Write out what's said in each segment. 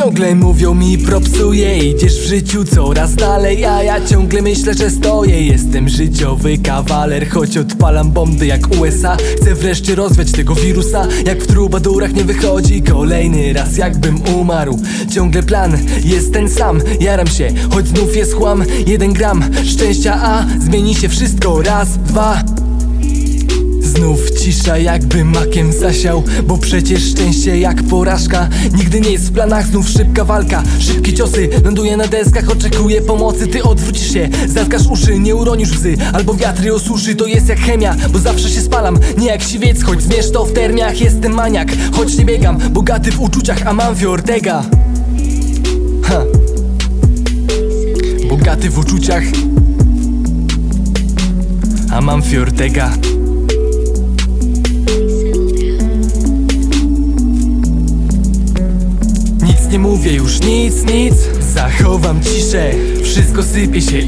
Ciągle mówią mi propsuje, idziesz w życiu coraz dalej, a ja ciągle myślę, że stoję. Jestem życiowy kawaler, choć odpalam bomby jak USA. Chcę wreszcie rozwiać tego wirusa, jak w trubadurach nie wychodzi kolejny raz, jakbym umarł. Ciągle plan jest ten sam, jaram się, choć znów jest chłam. 1 gram szczęścia, a zmieni się wszystko raz, 2. Znów cisza, jakby makiem zasiał, bo przecież szczęście jak porażka nigdy nie jest w planach. Znów szybka walka, szybkie ciosy, ląduję na deskach, oczekuję pomocy. Ty odwrócisz się, zatkasz uszy, nie uronisz łzy, albo wiatry osuszy. To jest jak chemia, bo zawsze się spalam, nie jak siwiec, choć zmierz to w termiach. Jestem maniak, choć nie biegam, bogaty w uczuciach, a mam Ortega. Bogaty w uczuciach, a mam Ortega. Nie mówię już nic, zachowam ciszę. Wszystko sypie się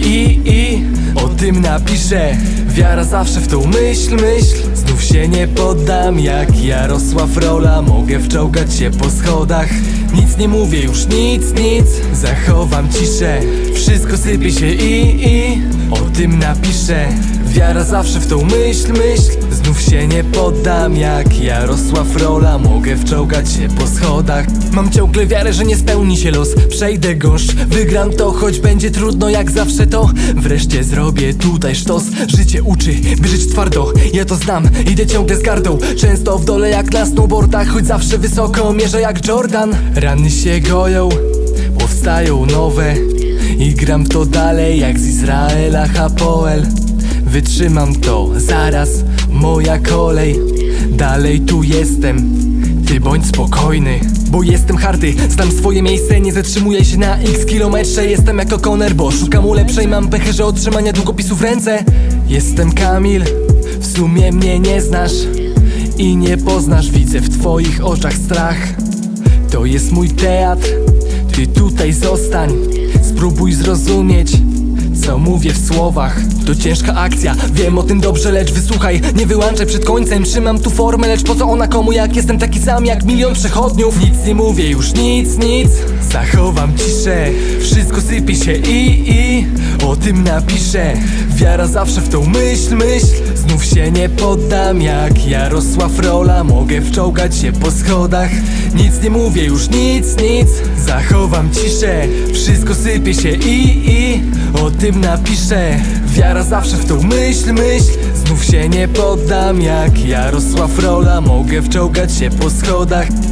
i o tym napiszę. Wiara zawsze w tą myśl, znów się nie poddam. Jak Jarosław Rola mogę wczołgać się po schodach. Nic nie mówię już nic, zachowam ciszę. Wszystko sypie się i o tym napiszę. Wiara zawsze w tą myśl, znów się nie poddam. Jak Jarosław Rola mogę wczołgać się po schodach. Mam ciągle wiarę, że nie spełni się los. Przejdę gąszcz, wygram to, choć będzie trudno jak zawsze to. Wreszcie zrobię tutaj sztos. Życie uczy, by żyć twardo, ja to znam, idę ciągle z gardą. Często w dole jak na snowboardach, choć zawsze wysoko mierzę jak Jordan. Rany się goją, powstają nowe i gram to dalej jak z Izraela Hapoel. Wytrzymam to, zaraz moja kolej. Dalej tu jestem, ty bądź spokojny, bo jestem hardy, znam swoje miejsce. Nie zatrzymuję się na x kilometrze. Jestem jak O'Connor, bo szukam ulepszeń. Mam pechę, że otrzymania długopisu w ręce. Jestem Kamil, w sumie mnie nie znasz i nie poznasz. Widzę w twoich oczach strach. To jest mój teatr, ty tutaj zostań. Spróbuj zrozumieć, co mówię w słowach. To ciężka akcja, wiem o tym dobrze, lecz wysłuchaj, nie wyłączaj przed końcem. Trzymam tu formę, lecz po co ona komu, jak jestem taki sam jak milion przechodniów. Nic nie mówię już nic, zachowam ciszę. Wszystko sypie się i o tym napiszę. Wiara zawsze w tą myśl, znów się nie poddam. Jak Jarosław Rola mogę wczołgać się po schodach. Nic nie mówię już nic, zachowam ciszę. Wszystko sypie się i o tym napiszę. Wiara zawsze w tą myśl, znów się nie poddam. Jak Jarosław Rola mogę wczołgać się po schodach.